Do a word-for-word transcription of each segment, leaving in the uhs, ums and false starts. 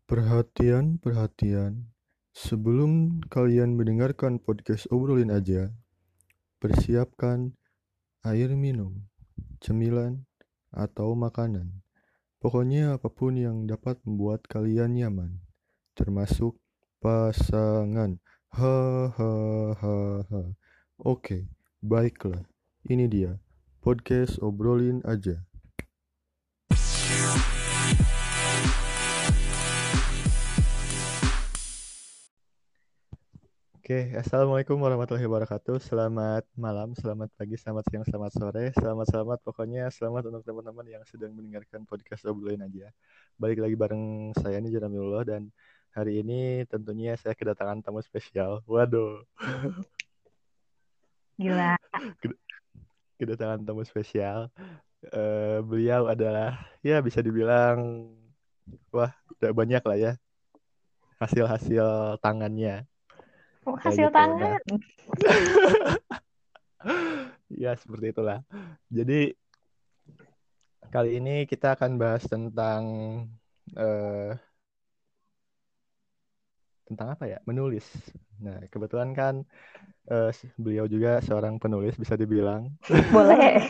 Perhatian, perhatian. Sebelum kalian mendengarkan podcast obrolin aja, persiapkan air minum, cemilan, atau makanan. Pokoknya apapun yang dapat membuat kalian nyaman, termasuk pasangan. Hahaha. Oke, baiklah. Ini dia podcast obrolin aja. Oke, assalamualaikum warahmatullahi wabarakatuh. Selamat malam, selamat pagi, selamat siang, selamat sore, selamat selamat pokoknya selamat untuk teman-teman yang sedang mendengarkan podcast obrolin aja. Balik lagi bareng saya nih Jaramilullah dan hari ini tentunya saya kedatangan tamu spesial. Waduh, Gila. ked- kedatangan tamu spesial. Eh, beliau adalah ya bisa dibilang wah udah banyak lah ya hasil-hasil tangannya Oh, kayak hasil gitu. Nah, tangan. ya seperti itulah. Jadi kali ini kita akan bahas tentang eh, tentang apa ya? Menulis. Nah, kebetulan kan eh, beliau juga seorang penulis bisa dibilang. Boleh.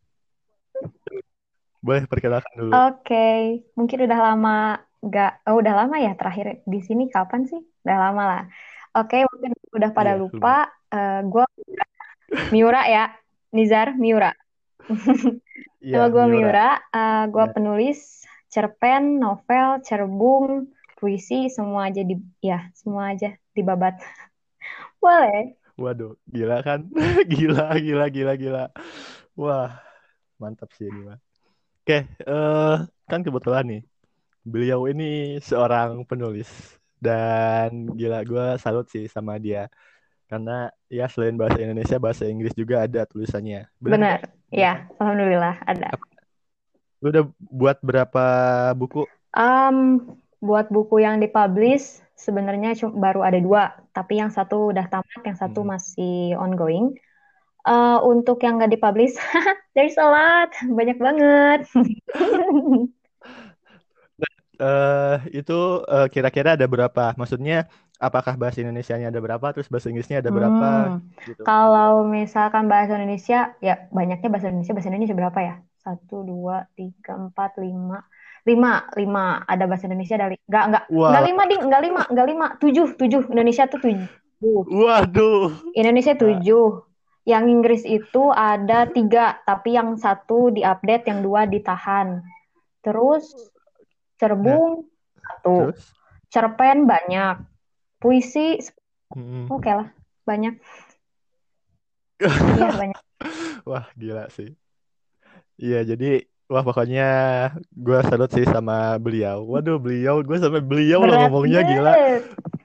Boleh perkenalkan dulu. Oke. Mungkin udah lama nggak, oh, udah lama ya terakhir di sini kapan sih? Udah lama lah. Oke, mungkin udah pada Iya, lupa. lumayan. Eh gue Miura ya. Nizar Miura. Nama Iya, gue Miura. Miura. Eh gue Nah, penulis cerpen, novel, cerbung, puisi, semua aja di, ya semua aja dibabat. Boleh. waduh, gila kan? Gila, gila, gila, gila. Wah, mantap sih ini mah. Oke, eh kan kebetulan nih, beliau ini seorang penulis dan gila gue salut sih sama dia. Karena ya selain bahasa Indonesia, bahasa Inggris juga ada tulisannya. Bener Benar. nggak? Bener Ya, kan? alhamdulillah ada. Apa- Lu udah buat berapa buku? Um, buat buku yang dipublish sebenarnya cu- baru ada dua, tapi yang satu udah tamat, yang satu Mm-mm. masih ongoing. Eh, untuk yang nggak dipublish, there's a lot, banyak banget. Eh itu eh, kira-kira ada berapa? Maksudnya apakah bahasa Indonesianya ada berapa, terus bahasa Inggrisnya ada berapa Hmm, gitu? kalau Gimana? misalkan bahasa Indonesia, ya banyaknya bahasa Indonesia. Bahasa Indonesia berapa ya? Satu, dua, tiga, empat, lima, lima, lima. Ada bahasa Indonesia dari, nggak, nggak, nggak Wah, lima ding, nggak lima, nggak lima, tujuh, tujuh. Indonesia tuh tujuh. waduh. Indonesia Ah, tujuh. Yang Inggris itu ada tiga, tapi yang satu diupdate, yang dua ditahan. Terus nah, cerbung satu, terus? cerpen banyak, puisi Mm-mm. oke lah banyak. Iya banyak. Wah, gila sih. Iya, jadi wah pokoknya gue salut sih sama beliau. Waduh, beliau, gue sampai beliau loh Berat ngomongnya gila. banget.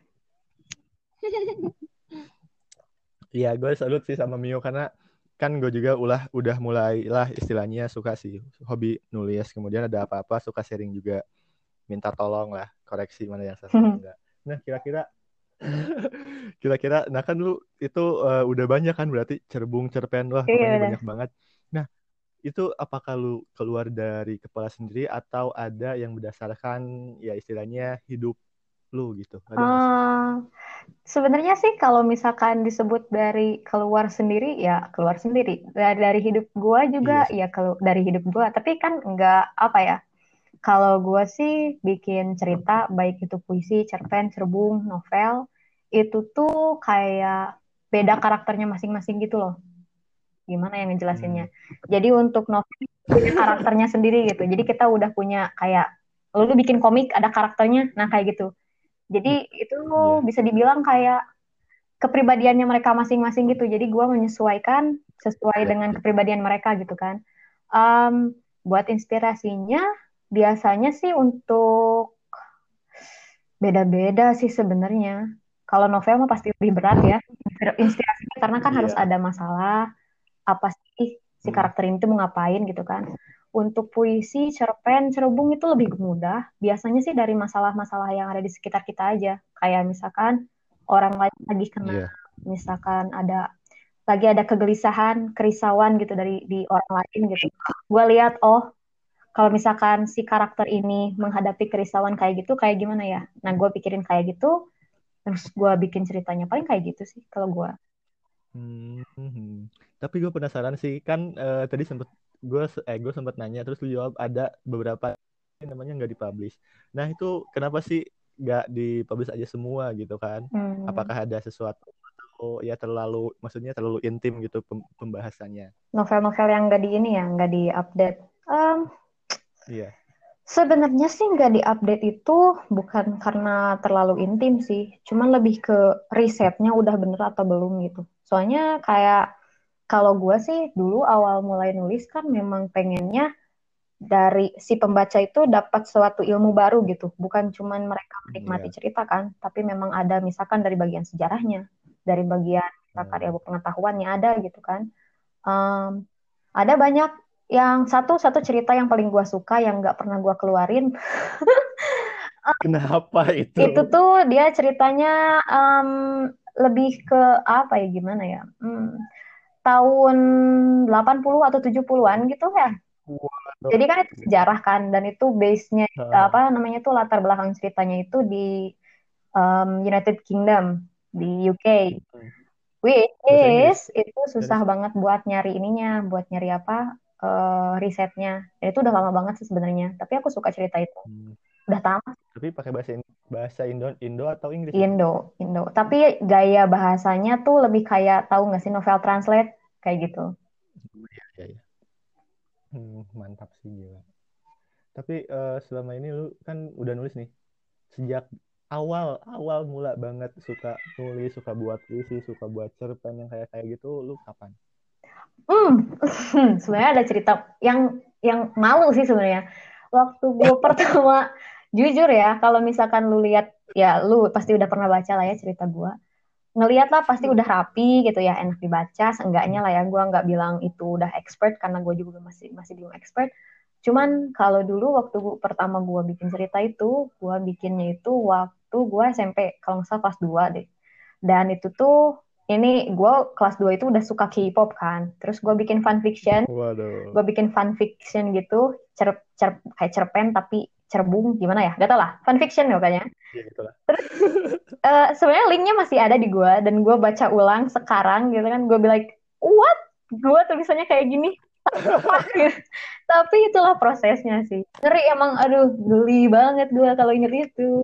Iya, gue salut sih sama Mio karena kan gue juga ulah udah mulai lah istilahnya suka sih hobi nulis. Kemudian ada apa-apa suka sharing juga, minta tolong lah koreksi mana yang salah mana enggak. Nah, kira-kira kira-kira nah kan lu itu eh, udah banyak kan berarti cerbung cerpen wah Iya pokoknya udah. banyak banget. Nah, itu apakah lu keluar dari kepala sendiri atau ada yang berdasarkan ya istilahnya hidup lu gitu? Ada nggak sih? Eh, sebenarnya sih kalau misalkan disebut dari keluar sendiri ya keluar sendiri dari, dari hidup gua juga Iya sih. ya kalau dari hidup gua tapi kan nggak apa ya. Kalau gue sih bikin cerita, baik itu puisi, cerpen, cerbung, novel, itu tuh kayak beda karakternya masing-masing gitu loh. Gimana yang Hmm. ngejelasinnya? Jadi untuk novel punya karakternya sendiri gitu. Jadi kita udah punya kayak, lu bikin komik ada karakternya, nah kayak gitu. Hmm. Jadi itu Iya. bisa dibilang kayak kepribadiannya mereka masing-masing gitu. Jadi gue menyesuaikan sesuai dengan kepribadian mereka gitu kan. Um, buat inspirasinya, biasanya sih untuk beda-beda sih sebenarnya. Kalau novel mah pasti lebih berat ya. Inspirasinya karena kan harus Iya. ada masalah, apa sih si Hmm. karakter ini tuh mau ngapain gitu kan. Untuk puisi, cerpen, cerbung itu lebih mudah. Biasanya sih dari masalah-masalah yang ada di sekitar kita aja. Kayak misalkan orang lain lagi kena, Iya. misalkan ada lagi ada kegelisahan, kerisauan gitu dari di orang lain gitu. Gue lihat, oh kalau misalkan si karakter ini menghadapi kerisauan kayak gitu, kayak gimana ya? Nah, gue pikirin kayak gitu, terus gue bikin ceritanya. Paling kayak gitu sih kalau gue. Hmm. Tapi gue penasaran sih kan eh, tadi sempet gue eh gue sempet nanya terus lu jawab ada beberapa yang namanya nggak dipublish. Nah itu kenapa sih nggak dipublish aja semua gitu kan? Hmm, Apakah ada sesuatu atau ya terlalu maksudnya terlalu intim gitu pem- pembahasannya? novel-novel yang nggak di ini ya, nggak di-update. Em, Iya. Sebenarnya sih nggak di-update itu bukan karena terlalu intim sih, cuman lebih ke risetnya udah bener atau belum gitu. Soalnya kayak kalau gue sih dulu awal mulai nulis kan memang pengennya dari si pembaca itu dapat suatu ilmu baru gitu, bukan cuman mereka menikmati Iya. cerita kan, tapi memang ada misalkan dari bagian sejarahnya, dari bagian karya Hmm. pengetahuannya ada gitu kan. Em, ada banyak yang satu satu cerita yang paling gue suka yang nggak pernah gue keluarin. Kenapa itu? Itu tuh dia ceritanya em, lebih ke apa ya gimana ya? Hmm, tahun delapan puluh atau tujuh puluhan-an gitu ya. Waduh. Jadi kan itu sejarah kan dan itu base-nya Haha. apa namanya tuh latar belakang ceritanya itu di em, United Kingdom di U K. Hmm. Which Bahasa is Inggris. itu susah Indonesia. banget buat nyari ininya, buat nyari apa eh, risetnya. Dan itu udah lama banget sih sebenarnya. Tapi aku suka cerita itu. Hmm. Udah tamat. Tapi pakai bahasa In- bahasa Indo Indo atau Inggris itu? Indo, Indo. Tapi gaya bahasanya tuh lebih kayak tahu nggak sih novel translate kayak gitu. Iya, iya, iya. Hmm, mantap sih gila. Tapi eh, selama ini lu kan udah nulis nih. Sejak awal awal mula banget suka nulis, suka buat puisi, suka buat cerpen yang kayak kayak gitu, lu kapan? Hmm, sebenarnya ada cerita yang yang malu sih sebenarnya. Waktu gue pertama, jujur ya, kalau misalkan lu lihat, ya lu pasti udah pernah baca lah ya cerita gue. Ngeliat lah pasti udah rapi gitu ya, enak dibaca. Seenggaknya lah ya, gue nggak bilang itu udah expert karena gue juga masih masih belum expert. Cuman kalau dulu waktu gua, pertama gue bikin cerita itu, gue bikinnya itu waktu gue S M P, kalau nggak salah kelas dua deh. Dan itu tuh, ini gue kelas dua itu udah suka K-pop kan. Terus gue bikin fan fiction, Waduh. gue bikin fan fiction gitu, cer, cer, kayak cerpen tapi cerbung, gimana ya? Gak tau lah, fan fiction ya kayaknya. Ya gitulah. Eh, sebenarnya linknya masih ada di gue, dan gue baca ulang sekarang gitu kan, gue bilang, what? Gue tulisannya kayak gini? Apa gitu. Tapi itulah prosesnya sih. Ngeri emang, aduh, geli banget gue kalau inget itu.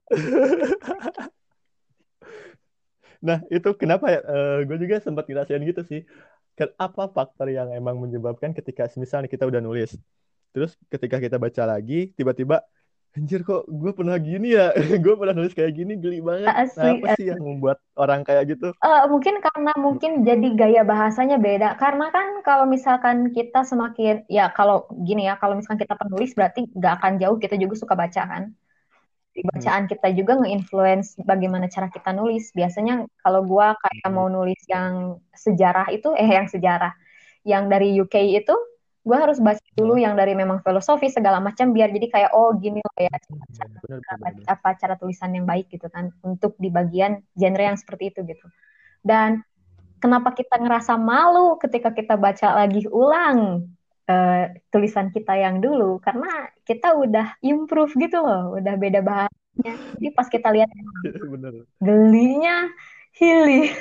Nah, itu kenapa ya? Gue juga sempat ngerasain gitu sih. Ke- Apa faktor yang emang menyebabkan ketika misalnya kita udah nulis, terus ketika kita baca lagi, tiba-tiba, anjir kok gue pernah gini ya, gue pernah nulis kayak gini, geli banget. Nah, Asli, apa sih yang membuat orang kayak gitu? Eh, mungkin karena mungkin jadi gaya bahasanya beda. Karena kan kalau misalkan kita semakin, ya kalau gini ya, kalau misalkan kita penulis berarti nggak akan jauh, kita juga suka baca kan. Di Hmm. bacaan kita juga nge-influence bagaimana cara kita nulis. Biasanya kalau gua kayak mau nulis yang sejarah itu, eh yang sejarah, yang dari U K itu, gua harus baca dulu Hah? yang dari memang filosofi segala macam biar jadi kayak oh gini loh ya Hmm, cara, bener, bener, apa, bener, bener. apa cara tulisan yang baik gitu kan untuk di bagian genre yang seperti itu gitu. Dan kenapa kita ngerasa malu ketika kita baca lagi ulang eh, tulisan kita yang dulu? Karena kita udah improve gitu loh, udah beda bahasanya. Jadi pas kita lihat Bener. gelinya, hili,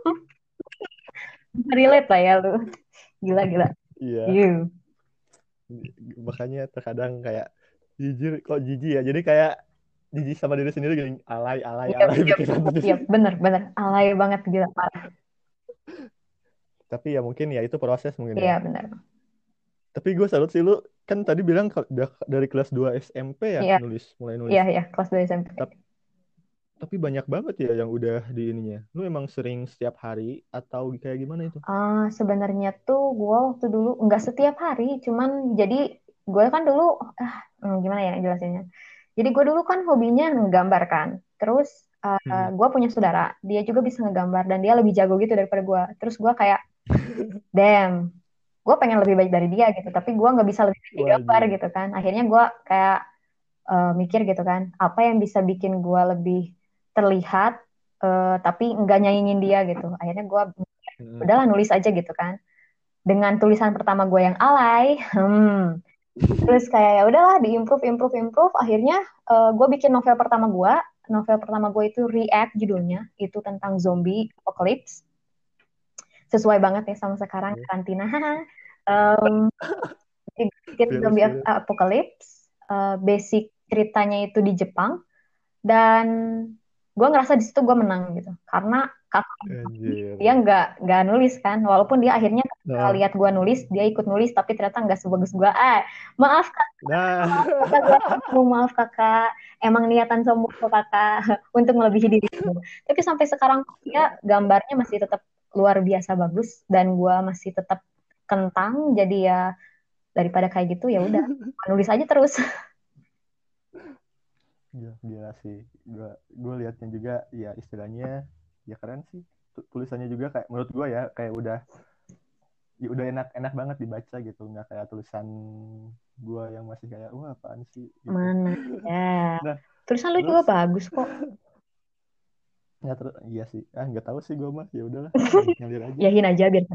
relate lah ya lu. Gila, gila. Iya, You. makanya terkadang kayak jijik kok jijik ya. Jadi kayak jijik sama diri sendiri gini, alay, alay, Iya, alay iya, pikiran sendiri. iya, bener, bener. Alay banget, gila, parah. Tapi ya mungkin ya itu proses mungkin ya. Iya, bener. Tapi gue salut sih lu kan tadi bilang kalau udah dari kelas dua S M P ya Iya, nulis, mulai iya, nulis. iya, kelas dua S M P. Tap- Tapi banyak banget ya yang udah di ininya. Lu emang sering setiap hari atau kayak gimana itu? Ah, sebenarnya tuh gue waktu dulu nggak setiap hari, cuman jadi gue kan dulu, ah, hmm, gimana ya jelasinnya? Jadi gue dulu kan hobinya ngegambar kan. Terus uh, Hmm. gue punya saudara, dia juga bisa ngegambar dan dia lebih jago gitu daripada gue. Terus gue kayak, damn, gue pengen lebih baik dari dia gitu. Tapi gue nggak bisa lebih baik di gambar Wajib. gitu kan. Akhirnya gue kayak uh, mikir gitu kan, apa yang bisa bikin gue lebih terlihat, uh, tapi nggak nyaingin dia gitu. Akhirnya gue Hmm. udahlah nulis aja gitu kan dengan tulisan pertama gue yang alay, hmm, Terus kayak ya udahlah di improve improve improve akhirnya uh, gue bikin novel pertama gue. Novel pertama gue itu React judulnya, itu tentang zombie apocalypse. Sesuai banget ya sama sekarang Oke. karantina. um, bikin Virus zombie virus. apocalypse. Uh, basic ceritanya itu di Jepang dan gue ngerasa di situ gue menang gitu karena kakak dia Anjir. nggak nggak nulis kan, walaupun dia akhirnya ketika Nah, lihat gue nulis dia ikut nulis tapi ternyata nggak sebagus gue. Ah, maaf nah. kakak, gak mau, maaf kakak, emang niatan sombong kok kakak untuk melebihi diriku. Tapi sampai sekarang ya gambarnya masih tetap luar biasa bagus dan gua masih tetap kentang. Jadi ya daripada kayak gitu ya udah nulis aja terus. Gila, gila sih. Gua gue liatnya juga ya istilahnya ya keren sih. Tu- Tulisannya juga kayak menurut gue ya kayak udah ya udah enak-enak banget dibaca gitu, nggak kayak tulisan gue yang masih kayak wah apaan sih gitu. Mana ya. Nah, Tulisan lu terus juga bagus kok. nggak terus iya sih. Ah nggak tahu sih gue mah ya udahlah ngalir aja. Yahin aja biar.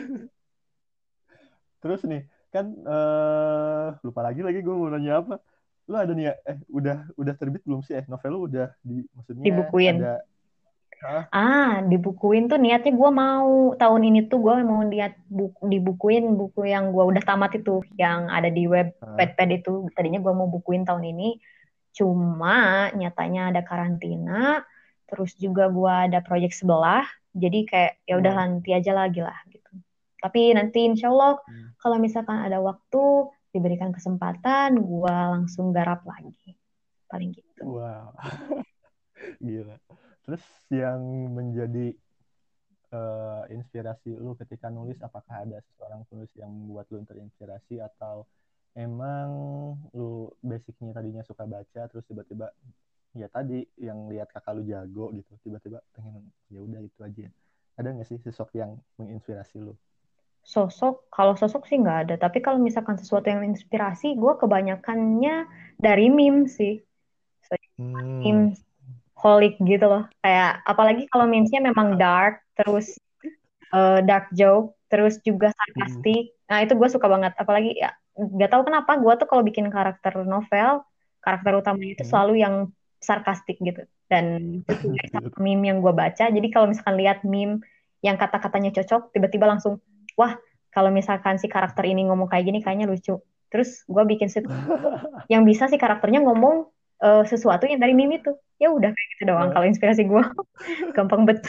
Terus nih kan eh lupa lagi lagi gue mau nanya apa. Lu ada nih ya, eh udah udah terbit belum sih eh novel lu udah di maksudnya ada Dibukuin. ah, Ah, dibukuin tuh niatnya gue mau tahun ini tuh gue mau lihat buku, dibukuin buku yang gue udah tamat itu, yang ada di web ah, Wattpad itu. Tadinya gue mau bukuin tahun ini, cuma nyatanya ada karantina, terus juga gue ada proyek sebelah, jadi kayak ya udah wah. nanti aja lagi lah gitu. Tapi nanti insya Allah Hmm. kalau misalkan ada waktu diberikan kesempatan, gue langsung garap lagi, paling gitu. Wow, gila. Terus yang menjadi eh, inspirasi lu ketika nulis, apakah ada seseorang penulis yang membuat lu terinspirasi atau emang lu basicnya tadinya suka baca terus tiba-tiba ya tadi yang lihat kakak lu jago gitu tiba-tiba pengen ya udah itu aja. Ada nggak sih sosok yang menginspirasi lu? Sosok, kalau sosok sih nggak ada. Tapi kalau misalkan sesuatu yang inspirasi, gue kebanyakannya dari meme sih. So, Hmm. meme holic gitu loh. Kayak apalagi kalau memesnya memang dark, terus eh, dark joke, terus juga Hmm. sarkastik. Nah itu gue suka banget. Apalagi ya nggak tahu kenapa gue tuh kalau bikin karakter novel, karakter utamanya itu Hmm. selalu yang sarkastik gitu. Dan sesuai sama meme yang gue baca. Jadi kalau misalkan lihat meme yang kata-katanya cocok, tiba-tiba langsung, wah kalau misalkan si karakter ini ngomong kayak gini kayaknya lucu. Terus gue bikin situ yang bisa si karakternya ngomong eh, sesuatu yang dari meme itu. Ya udah kayak gitu doang kalau inspirasi gue. Gampang bet.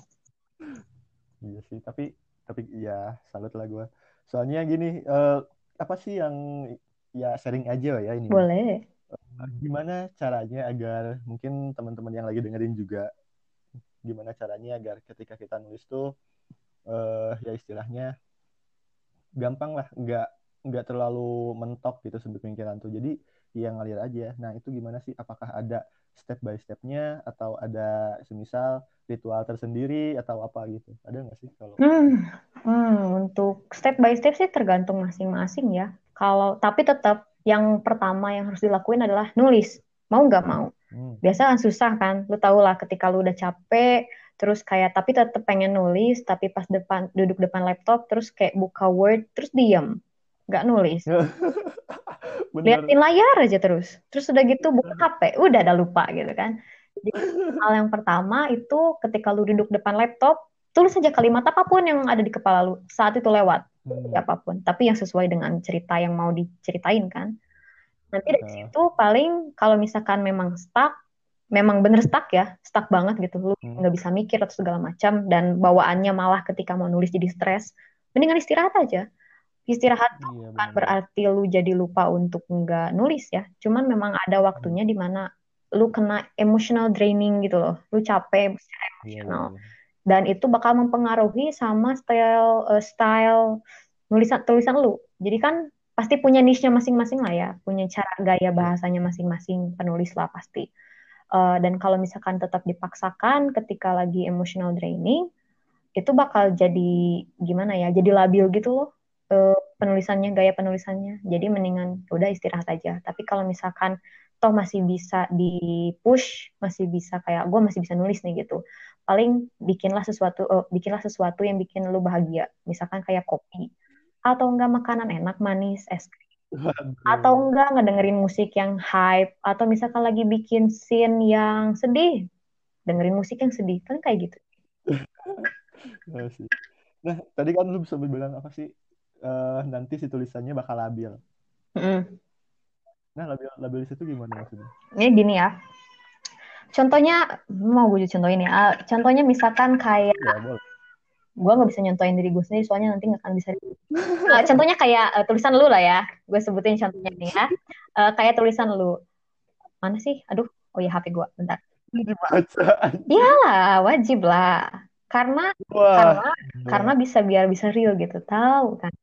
Iya sih, tapi tapi ya salut lah gue. Soalnya gini, eh, apa sih yang ya sharing aja ya ini mah. Boleh. Eh, Gimana caranya agar mungkin teman-teman yang lagi dengerin juga, gimana caranya agar ketika kita nulis tuh eh, ya istilahnya gampang lah, nggak nggak terlalu mentok gitu sepemikiran tuh. Jadi yang ngalir aja. Nah itu gimana sih? Apakah ada step by stepnya atau ada semisal ritual tersendiri atau apa gitu? Ada nggak sih kalau? Hmm, hmm, untuk step by step sih tergantung masing-masing ya. Kalau tapi tetap yang pertama yang harus dilakuin adalah nulis. Mau nggak mau. Hmm. Biasa kan susah kan. Lu tau lah ketika lu udah capek, terus kayak tapi tetap pengen nulis, tapi pas depan duduk depan laptop, terus kayak buka Word, terus diam, nggak nulis. Bener. Liatin layar aja terus. Terus udah gitu buka H P, udah ada lupa gitu kan. Jadi hal yang pertama itu ketika lu duduk depan laptop, tulis saja kalimat apapun yang ada di kepala lu saat itu lewat. Hmm. Apapun, tapi yang sesuai dengan cerita yang mau diceritain kan. Nanti dari Uh, situ paling kalau misalkan memang stuck, memang bener stuck ya, stuck banget gitu, lu hmm. nggak bisa mikir atau segala macam dan bawaannya malah ketika mau nulis jadi stres, mendingan istirahat aja. Istirahat tuh Iya bukan benar-benar. berarti lu jadi lupa untuk nggak nulis ya. Cuman memang ada Hmm. waktunya di mana lu kena emotional draining gitu loh. Lu capek secara Iya iya emosional. iya. Dan itu bakal mempengaruhi sama style eh, style nulisan tulisan lu. Jadi kan pasti punya niche-nya masing-masing lah ya, punya cara gaya Iya. bahasanya masing-masing penulis lah pasti. Eh, dan kalau misalkan tetap dipaksakan ketika lagi emotional draining, itu bakal jadi gimana ya, jadi labil gitu loh eh, penulisannya, gaya penulisannya. Jadi mendingan udah istirahat aja. Tapi kalau misalkan toh masih bisa di push, masih bisa kayak gue masih bisa nulis nih gitu, paling bikinlah sesuatu eh, bikinlah sesuatu yang bikin lu bahagia, misalkan kayak kopi atau enggak makanan enak manis, es krim. Atau Waduh. enggak ngedengerin musik yang hype, atau misalkan lagi bikin scene yang sedih, dengerin musik yang sedih, kan kayak gitu. Iya sih. Nah, tadi kan lu sempat bilang apa sih? Eh, nanti si tulisannya bakal labil. Mm-mm. Nah, labil labil itu gimana maksudnya? Ini gini ya, contohnya, mau gue contohin ya. Ah, contohnya misalkan kayak, Ya, boleh. gue nggak bisa nyontohin diri gue sendiri, soalnya nanti nggak akan bisa. Ah, contohnya kayak eh, tulisan lu lah ya, gue sebutin contohnya nih ya. Eh, kayak tulisan lu, mana sih? Aduh, oh ya H P gue, bentar. Dibaca anjir. Iyalah, wajib lah. Karena Wah, karena karena gila. bisa biar bisa real gitu, tahu kan?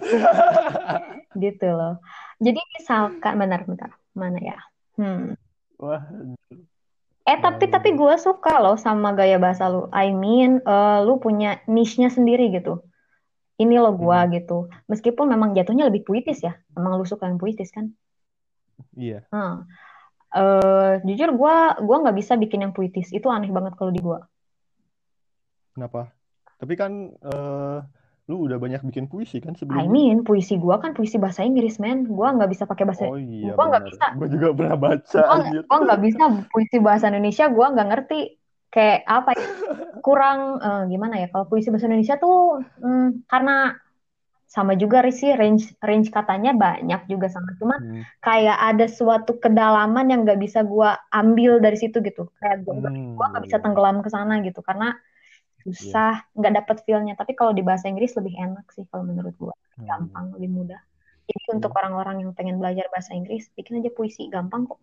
Gitu loh. Jadi misalkan benar bentar, mana ya? Hmm. Wah, Eh tapi baik, tapi baik. gue suka loh sama gaya bahasa lu. I mean, eh, lu punya niche-nya sendiri gitu. Ini lo gue Hmm, gitu. Meskipun memang jatuhnya lebih puitis ya. Emang lu suka yang puitis kan? iya. Hmm. Eh, jujur gue gua nggak bisa bikin yang puitis. Itu aneh banget kalau di gue. Kenapa? Tapi kan eh, lu udah banyak bikin puisi kan I sebelumnya? mean, puisi gua kan puisi bahasa Inggris, men. Gua nggak bisa pakai bahasa, Oh iya gua nggak benar. bisa, Gue juga pernah baca gua nggak anjir. gua nggak bisa puisi bahasa Indonesia. Gua nggak ngerti kayak apa ya, kurang eh, gimana ya? Kalau puisi bahasa Indonesia tuh hmm, karena sama juga sih range range katanya banyak juga sama. Cuman Hmm. kayak ada suatu kedalaman yang nggak bisa gua ambil dari situ gitu. Kayak gua nggak gua Hmm, nggak iya, bisa iya, iya. tenggelam ke sana gitu karena Iya. susah, nggak dapet feel-nya. Tapi kalau di bahasa Inggris lebih enak sih kalau menurut gua. Oh, iya. Gampang, lebih mudah. Jadi untuk Iya. orang-orang yang pengen belajar bahasa Inggris, bikin aja puisi, gampang kok.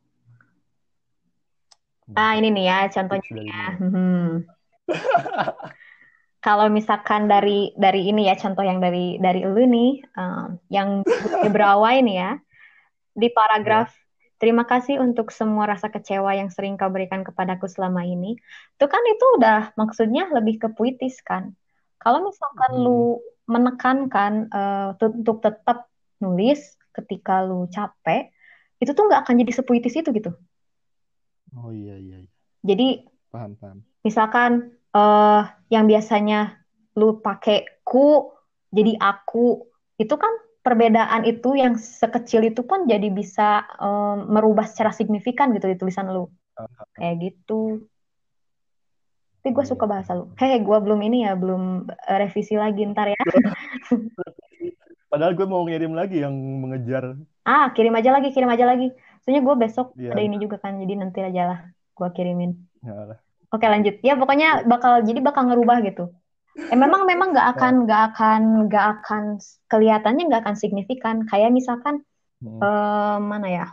Ah, Mantap. ini nih ya, contohnya Tips nih dari ya. Mio. Hmm. Kalau misalkan dari dari ini ya, contoh yang dari dari lu nih, um, yang gue berawai nih ya, di paragraf Ya. terima kasih untuk semua rasa kecewa yang sering kau berikan kepadaku selama ini. Itu kan itu udah maksudnya lebih ke puitis kan. Kalau misalkan lu Hmm. menekankan eh, tu- untuk tetap nulis ketika lu capek, itu tuh nggak akan jadi sepuitis itu gitu. Oh iya, iya, iya. Jadi Paham, paham. misalkan eh yang biasanya lu pakai ku jadi aku, itu kan perbedaan itu yang sekecil itu pun jadi bisa eh, merubah secara signifikan gitu di tulisan lu. Ah, ah. Kayak gitu. Tapi gue Iya, suka bahasa paham, lu. paham. Hehe, gue belum ini ya, belum eh, revisi lagi ntar ya. Padahal gue mau ngirim lagi yang mengejar. Ah, kirim aja lagi, kirim aja lagi. Soalnya gue besok Iya, ada ini juga kan, jadi nanti aja lah gue kirimin. nah lah. Oke lanjut. Ya pokoknya bakal jadi bakal ngerubah gitu. Eh memang memang nggak akan Nah, nggak akan nggak akan kelihatannya nggak akan signifikan. Kayak misalkan hmm. eh, mana ya?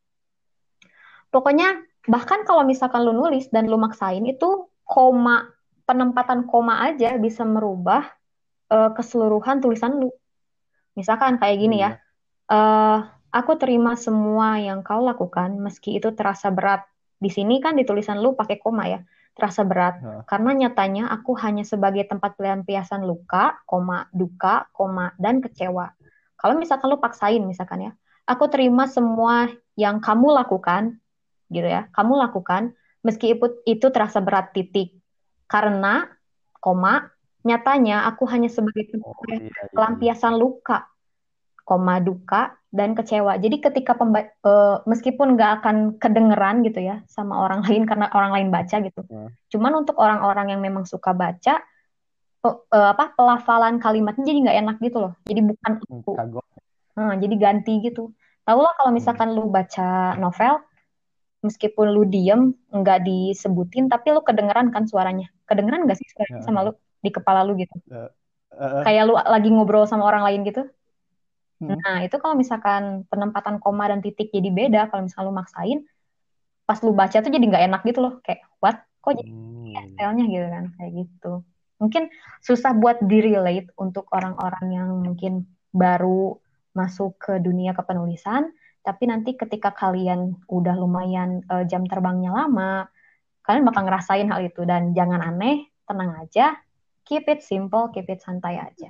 Pokoknya bahkan kalau misalkan lu nulis dan lu maksain itu koma penempatan koma aja bisa merubah eh, keseluruhan tulisan lu. Misalkan kayak Oh gini ya. iya. eh aku terima semua yang kau lakukan meski itu terasa berat. Di sini kan di tulisan lu pakai koma ya. Terasa berat. Nah, Karena nyatanya aku hanya sebagai tempat pelampiasan luka, koma, duka, koma, dan kecewa. Kalau misalkan lu paksain misalkan ya. Aku terima semua yang kamu lakukan, gitu ya. Kamu lakukan meski itu, itu terasa berat titik. Karena, koma, nyatanya aku hanya sebagai tempat oh iya, iya, iya. pelampiasan luka, koma duka dan kecewa. Jadi ketika pemba- eh, meskipun nggak akan kedengeran gitu ya sama orang lain karena orang lain baca gitu. Nah, Cuman untuk orang-orang yang memang suka baca, pe- eh, apa pelafalan kalimatnya jadi nggak enak gitu loh. Jadi bukan hmm, itu, kagok. Nah, jadi ganti gitu. Tahu lah kalau Hmm. misalkan lu baca novel, meskipun lu diem nggak disebutin, tapi lu kedengeran kan suaranya. Kedengeran nggak sih suaranya Nah, sama lu di kepala lu gitu? eh, eh, Kayak lu lagi ngobrol sama orang lain gitu. hmm. Nah, itu kalau misalkan penempatan koma dan titik jadi beda, kalau misalkan lu maksain, pas lu baca tuh jadi nggak enak gitu loh. Kayak, what? Kok jadi Hmm, iya, iya. stylenya gitu kan? Kayak gitu. Mungkin susah buat di-relate untuk orang-orang yang mungkin baru masuk ke dunia kepenulisan, tapi nanti ketika kalian udah lumayan eh, jam terbangnya lama, kalian bakal ngerasain hal itu. Dan jangan aneh, tenang aja, keep it simple, keep it santai aja.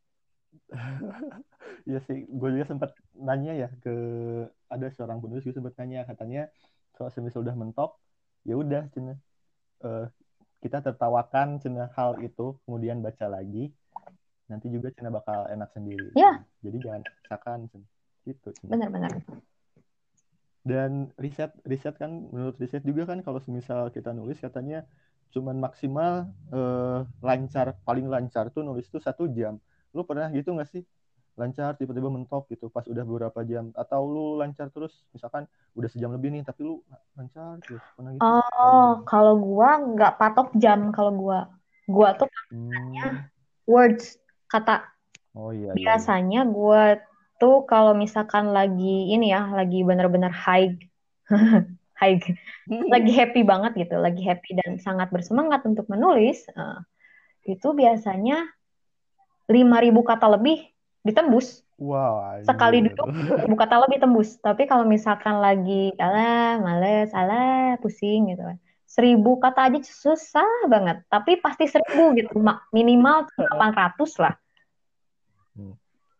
Iya sih, gue juga sempat nanya ya ke ada seorang penulis gue sempat nanya katanya kalau semisal udah mentok ya udah cina eh, kita tertawakan cina hal itu kemudian baca lagi nanti juga cina bakal enak sendiri cina. Ya, Jadi jangan paksakan cina. gitu. Benar-benar. Dan riset riset kan menurut riset juga kan kalau semisal kita nulis katanya cuman maksimal eh, lancar paling lancar tuh nulis tuh satu jam. Lu pernah gitu nggak sih lancar tiba-tiba mentok gitu pas udah beberapa jam, atau lu lancar terus misalkan udah sejam lebih nih tapi lu lancar terus, pernah gitu atau Oh, gimana? kalau gua nggak patok jam kalau gua. Gua tuh Hmm. words, kata. Oh iya iya iya. Biasanya gua tuh kalau misalkan lagi ini ya, lagi benar-benar high, high, lagi happy banget gitu, lagi happy dan sangat bersemangat untuk menulis, eh, itu biasanya lima ribu kata lebih ditembus. Wow, Sekali anjir. duduk, lima ribu kata lebih tembus. Tapi kalau misalkan lagi, alah, males, alah, pusing gitu kan. Seribu kata aja susah banget. Tapi pasti seribu gitu. Ma- Minimal tuh delapan ratus lah. Hmm.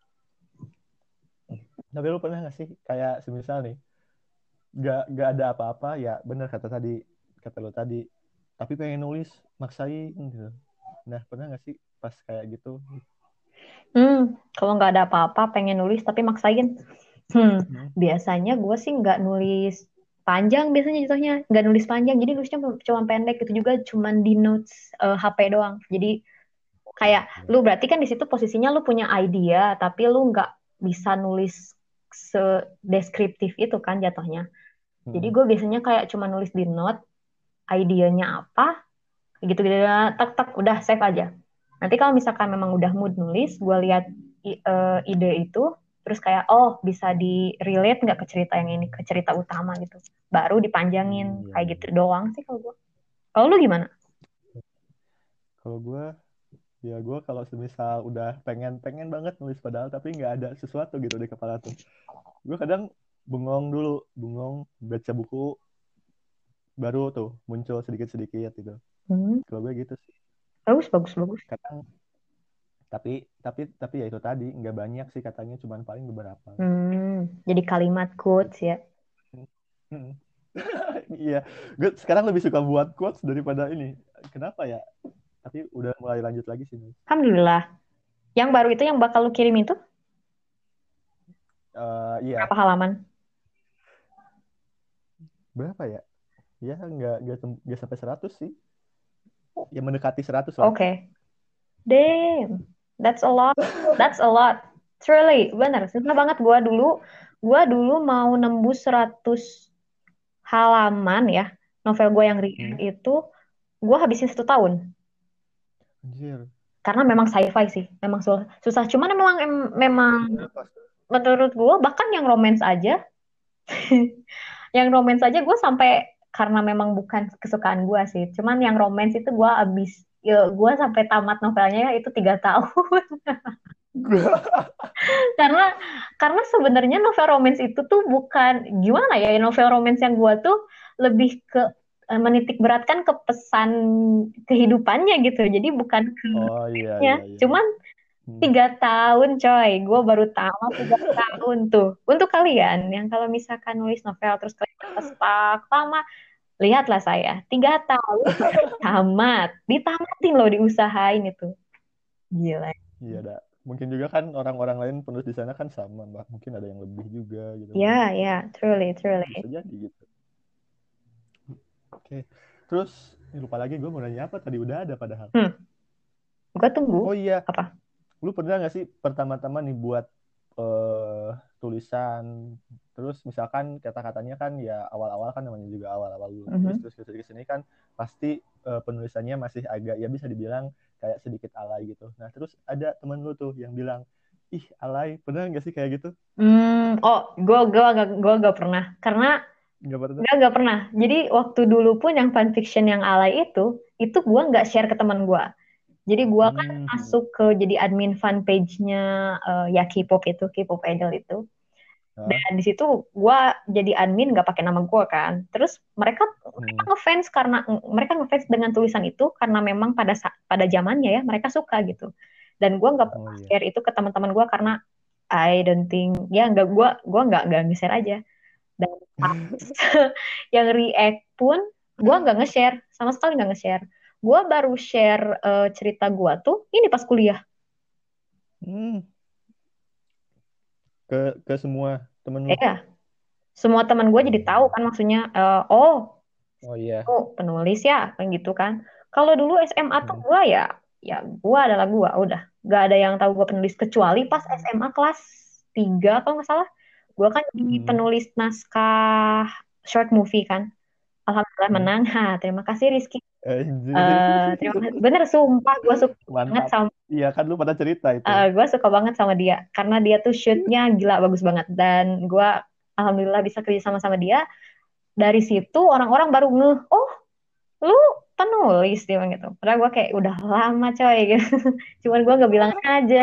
Tapi lu pernah nggak sih kayak semisal nih gak, gak ada apa-apa ya, bener kata tadi, kata lu tadi, tapi pengen nulis maksain gitu. Nah pernah nggak sih pas kayak gitu? Hmm, kalau nggak ada apa-apa, pengen nulis tapi maksain. Hmm, Hmm. biasanya gue sih nggak nulis panjang, biasanya jatuhnya nggak nulis panjang. Jadi nulisnya cuma pendek, itu juga cuma di notes eh, H P doang. Jadi Oh kayak iya iya. lu berarti kan di situ posisinya lu punya idea, tapi lu nggak bisa nulis sedeskriptif itu kan jatuhnya. Jadi Hmm. gue biasanya kayak cuma nulis di note, idenya apa, gitu-gitu, tak tak udah save aja. Nanti kalau misalkan memang udah mood nulis, gue lihat i- eh, ide itu, terus kayak oh bisa di relate nggak ke cerita yang ini, ke cerita utama gitu. Baru Hmm, dipanjangin iya kayak iya gitu iya. doang sih kalau gue. Kalau lu gimana? Kalau gue ya gue kalau semisal udah pengen pengen banget nulis padahal tapi nggak ada sesuatu gitu di kepala tuh, gue kadang bengong dulu, bengong baca buku baru tuh muncul sedikit-sedikit gitu. Hmm, Kalau gue gitu sih bagus bagus bagus. kadang, tapi tapi tapi ya itu tadi nggak banyak sih katanya, cuman paling beberapa Hmm, jadi kalimat quotes gitu. ya. Hmm. Iya, gue sekarang lebih suka buat quotes daripada ini, kenapa ya, tapi udah mulai lanjut lagi sih Nus. Alhamdulillah. Yang baru itu yang bakal lu kirim itu Eh, iya, berapa halaman? berapa ya, ya nggak nggak tem- nggak sampai seratus sih, ya mendekati seratus lah. Oke. Damn, that's a lot. That's a lot. Truly, bener. Susah banget gua dulu. Gua dulu mau nembus seratus halaman ya. Novel gue yang Hmm. React itu, gua habisin satu tahun. Anjir. Karena memang sci-fi sih. Memang sul- susah. Cuman memang, em- memang Berapa? menurut gua, bahkan yang romance aja, yang romance aja gue sampai, karena memang bukan kesukaan gue sih. Cuman yang romance itu gue abis, ya, gue sampai tamat novelnya itu tiga tahun. karena karena sebenarnya novel romance itu tuh bukan gimana ya, novel romance yang gue tuh lebih ke eh, menitik beratkan ke pesan kehidupannya gitu, jadi bukan ke Oh iya nya. iya iya. Cuman Hmm. tiga tahun coy, gue baru tamat tiga tahun tuh. Untuk kalian yang kalau misalkan nulis novel terus kalian stuck lama, lihatlah saya tiga tahun tamat, ditamatin loh, diusahain itu, gila. Iya ada. Mungkin juga kan orang-orang lain penulis di sana kan sama, Mbak. Mungkin ada yang lebih juga gitu kan. Ya ya, truly Bisa truly. jadi gitu. Oke. Terus ini lupa lagi gue mau nanya apa tadi, udah ada padahal. Hmm, gue tunggu Oh iya, apa. lu pernah nggak sih pertama-tama nih buat eh tulisan, terus misalkan kata-katanya kan ya awal-awal kan namanya juga awal-awal lu nulis, Mhm. terus kesini-kesini kan pasti eh, penulisannya masih agak ya bisa dibilang kayak sedikit alay gitu. Nah terus ada temen lu tuh yang bilang, ih alay, pernah nggak sih kayak gitu? Hmm, oh, gue gue gak gue gak pernah, karena Nggak pernah? gak gak pernah. Jadi waktu dulu pun yang fanfiction yang alay itu, itu gue nggak share ke teman gue. Jadi gue kan Hmm. masuk ke jadi admin fan page-nya eh, ya K-pop itu, K-pop idol itu. Hah? Dan di situ gue jadi admin nggak pakai nama gue kan. Terus mereka mereka Hmm. ngefans karena mereka ngefans dengan tulisan itu karena memang pada sa- pada zamannya ya mereka suka gitu. Dan gue nggak Oh pernah iya. share itu ke teman-teman gue karena I don't think, ya nggak, gue gue nggak nggak nge-share aja. Dan pas yang react pun gue nggak nge-share, sama sekali nggak nge-share. Gue baru share eh, cerita gue tuh ini pas kuliah. Hmm. ke ke semua temen lu? Ya, semua teman gue jadi tahu Hmm. kan maksudnya, eh, oh, Oh iya. oh penulis ya, kan gitu kan. Kalau dulu S M A tuh Hmm. gue ya, ya gue adalah gue, udah. Gak ada yang tahu gue penulis kecuali pas S M A kelas tiga kalau nggak salah. Gue kan jadi Hmm. penulis naskah short movie kan. Alhamdulillah Hmm. menang. Ha, terima kasih Rizky. Anjir. Eh, terima kasih. Bener, sumpah gue suka banget Mantap. sama, Iya kan lu pada cerita itu. eh, gue suka banget sama dia karena dia tuh shootnya gila bagus banget dan gue alhamdulillah bisa kerja sama sama dia. Dari situ orang-orang baru ngeh, oh lu penulis dia bilang gitu. Padahal gue kayak udah lama coy gitu. Cuman gue nggak bilang aja.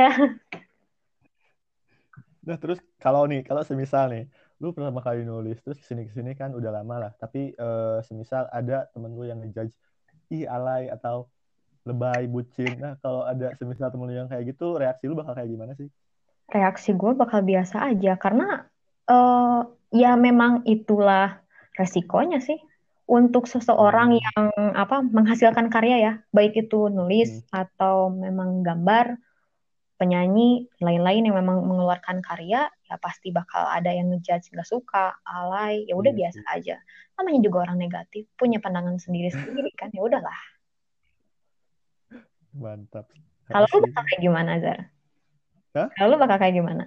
Nah terus kalau nih, kalau semisal nih, lu pertama kali nulis, terus kesini kesini kan udah lama lah. Tapi eh, semisal ada temen lu yang ngejudge, ih alay atau lebay, bucin. Nah kalau ada semisal temen lu yang kayak gitu, reaksi lu bakal kayak gimana sih? Reaksi gue bakal biasa aja karena eh, ya memang itulah resikonya sih untuk seseorang Hmm. yang apa menghasilkan karya ya, baik itu nulis Hmm. atau memang gambar, penyanyi, lain-lain yang memang mengeluarkan karya, ya pasti bakal ada yang ngejudge nggak suka, alay, ya udah Iya biasa sih, aja. Namanya juga orang negatif, punya pandangan sendiri-sendiri kan, ya udahlah. mantap. Kalau lu Asik. bakal kayak gimana, Zar? Hah? Kalau lu bakal kayak gimana?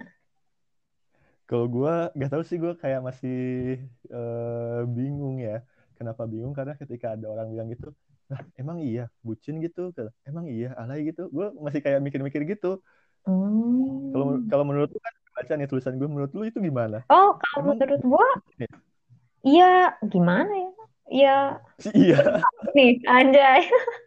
Kalau gue gak tahu sih, gue kayak masih eh, bingung ya. Kenapa bingung? Karena ketika ada orang bilang gitu, nah emang iya bucin gitu, emang iya alay gitu. Gue masih kayak mikir-mikir gitu. Kalau Hmm. kalau menurut lu kan baca nih tulisan gue, menurut lu itu gimana? Oh, kalau Emang menurut gua, bucin ya? iya gimana ya? Ya, Sih iya. nih, anjay.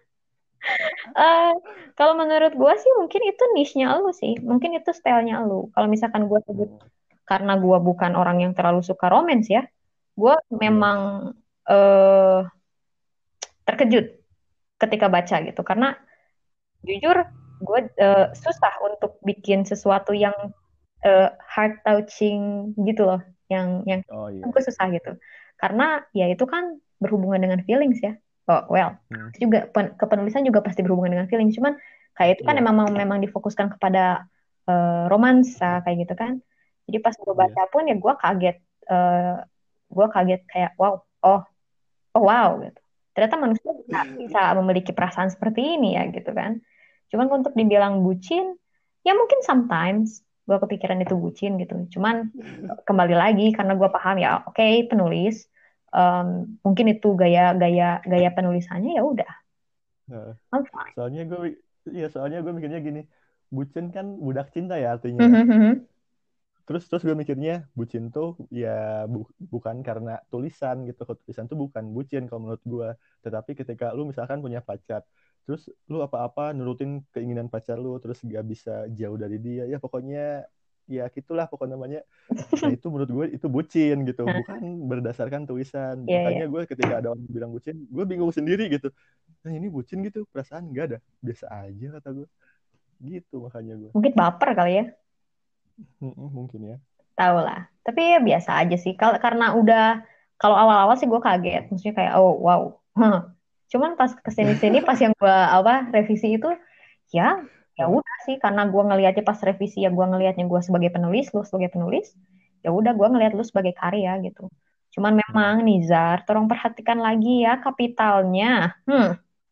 Eh, kalau menurut gua sih mungkin itu niche-nya lu sih. Mungkin itu stylenya lu. Kalau misalkan gua sebut, Hmm, karena gua bukan orang yang terlalu suka romance ya, gua iya. memang eh terkejut ketika baca gitu. Karena jujur, gue susah untuk bikin sesuatu yang eh, heart touching gitu loh, yang yang Oh gue iya. susah gitu. Karena ya itu kan berhubungan dengan feelings ya. Oh well, Hmm, juga pen- kepenulisan juga pasti berhubungan dengan feelings. Cuman kayak itu kan iya. memang memang difokuskan kepada eh, romansa kayak gitu kan. Jadi pas gue Iya. baca pun ya gue kaget, eh gue kaget kayak wow, oh oh wow gitu. Ternyata manusia bisa, bisa memiliki perasaan seperti ini ya gitu kan. Cuman untuk dibilang bucin, ya mungkin sometimes gue kepikiran itu bucin gitu. Cuman kembali lagi karena gue paham ya, oke penulis, em, mungkin itu gaya gaya gaya penulisannya ya udah. Nah, I'm fine. soalnya gue, iya soalnya gue mikirnya gini, bucin kan budak cinta ya artinya ya. Mhm. Terus terus gue mikirnya bucin tuh ya bu- bukan karena tulisan gitu. Kalau tulisan tuh bukan bucin kalau menurut gue. Tetapi ketika lu misalkan punya pacar, terus lu apa-apa nurutin keinginan pacar lu, terus gak bisa jauh dari dia, ya pokoknya ya gitulah pokoknya namanya. Nah itu menurut gue itu bucin gitu, Nah, bukan berdasarkan tulisan. iya ya. Makanya gue ketika ada orang bilang bucin, gue bingung sendiri gitu. Nah ini bucin gitu, perasaan gak ada, biasa aja kata gue. Gitu makanya gue. Mungkin baper kali ya, Mm-mm, mungkin ya. tahu lah. Tapi ya biasa aja sih. Kalau karena udah kalau awal-awal sih gue kaget, maksudnya kayak oh wow. Huh. Cuman pas kesini-sini pas yang gue apa revisi itu ya ya udah sih karena gue ngelihatnya pas revisi ya gue ngelihatnya gue sebagai penulis lu sebagai penulis ya udah gue ngelihat lu sebagai karya gitu cuman memang Hmm. Nizar tolong perhatikan lagi ya kapitalnya hmm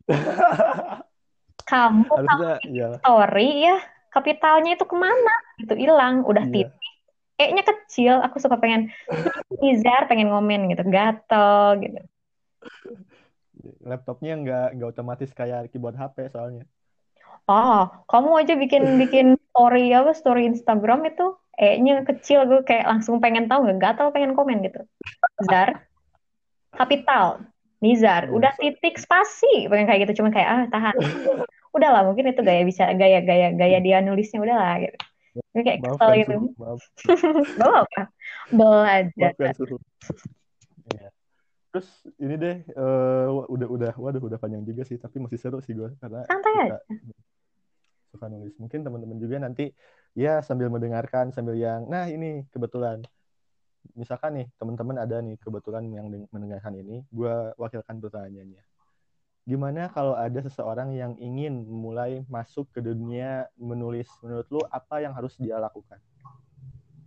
kamu kalau Harusnya bikin ya. story ya kapitalnya itu kemana itu hilang udah Iya. titik E-nya kecil aku suka pengen "Hmm, Nizar pengen ngomen gitu gatel gitu Laptopnya nggak nggak otomatis kayak keyboard H P soalnya. oh kamu aja bikin bikin story apa story Instagram itu E-nya kecil gue kayak langsung pengen tahu nggak gatel pengen komen gitu Zar, kapital, Nizar, Iya. udah titik spasi, pengen kayak gitu, cuma kayak ah tahan, udahlah mungkin itu gaya bisa gaya gaya gaya dia nulisnya udahlah gitu, ini kayak kesel Maafkan gitu, suhu. Maaf. gak apa, belajar, Maafkan suhu. Iya. Terus ini deh eh, udah udah waduh udah panjang juga sih tapi masih seru sih gue karena santai suka aja. suka nulis. Mungkin teman-teman juga nanti ya sambil mendengarkan sambil yang nah ini kebetulan misalkan nih teman-teman ada nih kebetulan yang mendengarkan ini, gue wakilkan pertanyaannya. Gimana kalau ada seseorang yang ingin mulai masuk ke dunia menulis? Menurut lu apa yang harus dia lakukan?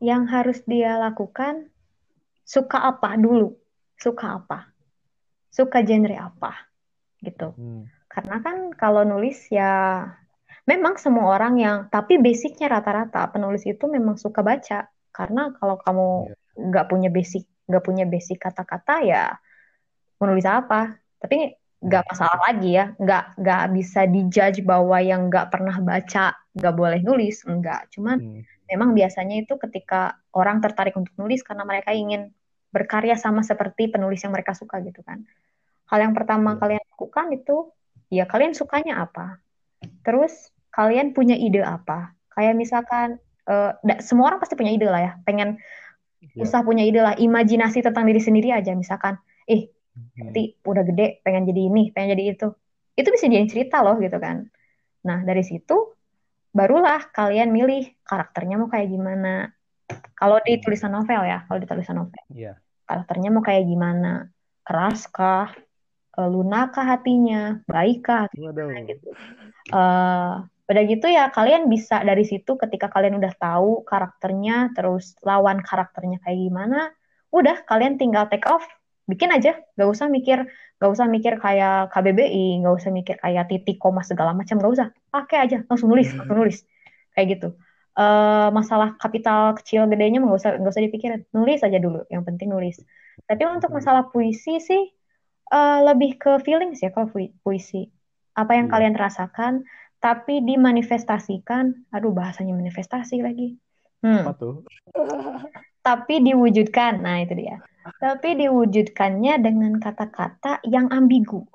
yang harus dia lakukan, suka apa dulu? Suka apa? Suka genre apa? Gitu. Hmm. Karena kan kalau nulis ya memang semua orang yang, tapi basicnya rata-rata penulis itu memang suka baca. Karena kalau kamu Iya. nggak punya basic, nggak punya basic kata-kata ya menulis apa. Tapi nggak Hmm. masalah lagi ya, nggak nggak bisa dijudge bahwa yang nggak pernah baca nggak boleh nulis, enggak. Cuman Hmm. memang biasanya itu ketika orang tertarik untuk nulis karena mereka ingin berkarya sama seperti penulis yang mereka suka gitu kan. Hal yang pertama Iya. kalian lakukan itu, ya kalian sukanya apa? Terus kalian punya ide apa? Kayak misalkan, eh, da- semua orang pasti punya ide lah ya. Pengen Iya. usah punya ide lah, imajinasi tentang diri sendiri aja. Misalkan, eh Hmm. nanti udah gede pengen jadi ini, pengen jadi itu. Itu bisa jadi cerita loh gitu kan. Nah dari situ barulah kalian milih karakternya mau kayak gimana. Kalau di Hmm. tulisan novel ya, kalau di tulisan novel, Iya. karakternya mau kayak gimana? Keras kah? Eh, lunak kah hatinya? Baik kah? Atau gimana Waduh. gitu. eh Udah gitu ya kalian bisa dari situ ketika kalian udah tahu karakternya, terus lawan karakternya kayak gimana, udah kalian tinggal take off, bikin aja, gak usah mikir, gak usah mikir kayak K B B I, gak usah mikir kayak titik koma segala macam, gak usah, pakai aja, langsung nulis, langsung nulis, kayak gitu. Eh masalah kapital kecil gedenya mah gak usah gak usah dipikirin, nulis aja dulu, yang penting nulis. Tapi untuk Penting. masalah puisi sih, eh, lebih ke feelings ya kalau pui- puisi. Apa yang Iya. kalian rasakan, tapi dimanifestasikan. Aduh, bahasanya manifestasi lagi. Apa Hmm, tuh? tapi diwujudkan. Nah, itu dia. Tapi diwujudkannya dengan kata-kata yang ambigu.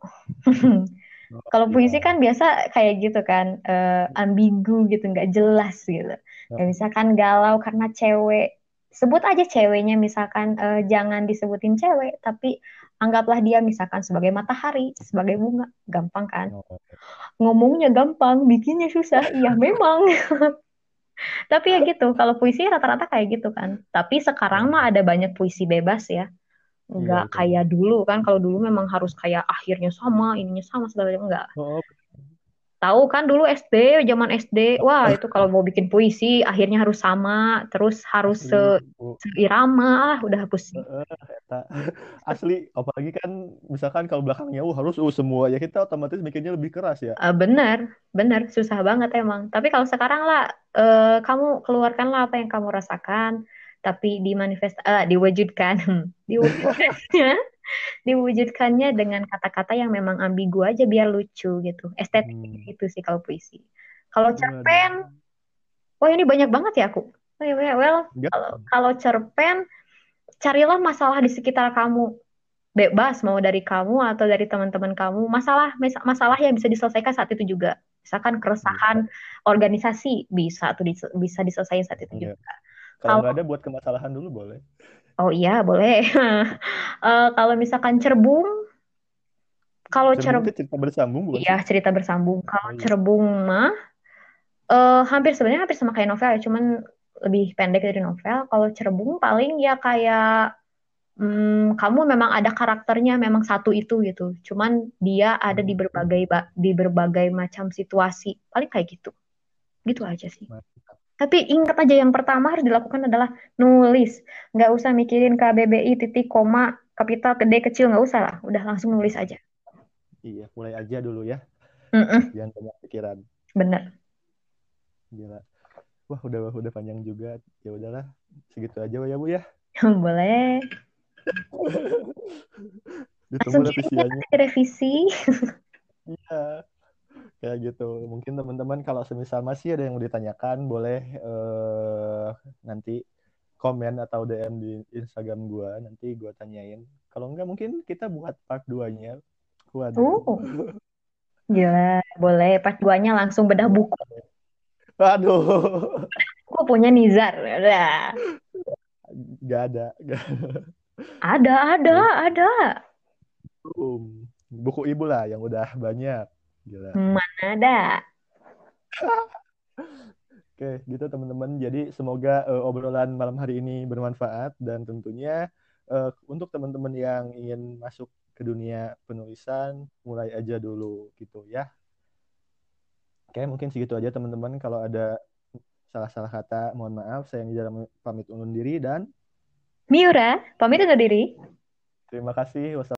Oh, Kalau puisi iya. kan biasa kayak gitu kan, eh, ambigu gitu, nggak jelas gitu. Nah, Ya, misalkan galau karena cewek, sebut aja ceweknya, misalkan eh, jangan disebutin cewek, tapi anggaplah dia misalkan sebagai matahari, sebagai bunga, gampang kan? oh. Ngomongnya gampang, bikinnya susah. Iya memang. Tapi ya gitu, kalau puisi rata-rata kayak gitu kan. Tapi sekarang Oh, mah ada banyak puisi bebas ya. iya Nggak betul. kayak dulu kan. Kalau dulu memang harus kayak akhirnya sama, ininya sama, segala macam. Enggak. Oh, Tahu kan dulu S D, zaman S D, wah itu kalau mau bikin puisi akhirnya harus sama, terus harus se asli. Bu. seirama, ah udah pusing. Heeh, eta. Asli, apalagi kan misalkan kalau belakangnya uh, harus uh, semua ya kita otomatis bikinnya lebih keras ya. Eh, bener, bener, susah banget emang. Tapi kalau sekarang lah, eh, kamu keluarkanlah apa yang kamu rasakan, tapi dimanifest, eh, diwujudkan, diwujudkannya, diwujudkannya dengan kata-kata yang memang ambigu aja biar lucu gitu. Estetiknya Hmm. gitu sih kalau puisi. Kalau Waduh. cerpen, oh ini banyak banget ya aku. Well, well, well, Enggak. kalau kalau cerpen, carilah masalah di sekitar kamu. Bebas mau dari kamu atau dari teman-teman kamu. Masalah mis- masalah yang bisa diselesaikan saat itu juga. Misalkan Iya. keresahan organisasi bisa tuh dis- bisa diselesaikan saat itu Iya. juga. Kalau Kalau nggak ada buat kemasalahan dulu boleh. oh iya boleh. Eh, kalau misalkan cerbung, kalau Cerbung cerbung itu cerita bersambung bukan iya sih? cerita bersambung. Kalau Oh iya. cerbung mah eh, hampir sebenarnya hampir sama kayak novel ya, cuman lebih pendek dari novel. Kalau cerbung paling ya kayak, hmm, kamu memang ada karakternya memang satu itu gitu. Cuman dia ada di Hmm. berbagai ba- di berbagai macam situasi. Paling kayak gitu. Gitu aja sih. Mantap. Tapi ingat aja yang pertama harus dilakukan adalah nulis. Nggak usah mikirin K B B I titik koma kapital gede kecil nggak usah lah. Udah langsung nulis aja. Iya, mulai aja dulu ya. Mm-mm, Jangan banyak pikiran. bener. Gila. Wah, udah udah panjang juga. Ya udahlah, segitu aja ya, Bu ya. Boleh. Ditunggu Langsung kirim ya revisiannya. nanti revisi. Iya, kayak gitu. Mungkin teman-teman kalau semisal masih ada yang mau ditanyakan, boleh eh, nanti komen atau D M di Instagram gua, nanti gua tanyain. Kalau enggak mungkin kita buat part dua-nya. Waduh. Uh, gila. Boleh. Part dua-nya langsung bedah buku. Waduh. Aku punya Nizar. Udah. Gak ada. Gak. Ada, ada, Ya, ada. um, buku ibu lah yang udah banyak. Gila. Mana ada? Oke, gitu teman-teman. Jadi semoga uh, obrolan malam hari ini bermanfaat dan tentunya uh, untuk teman-teman yang ingin masuk ke dunia penulisan, mulai aja dulu gitu ya. Oke, mungkin segitu aja teman-teman. Kalau ada salah-salah kata mohon maaf. Saya Nizar pamit undur diri dan Miura, pamit undur diri. terima kasih.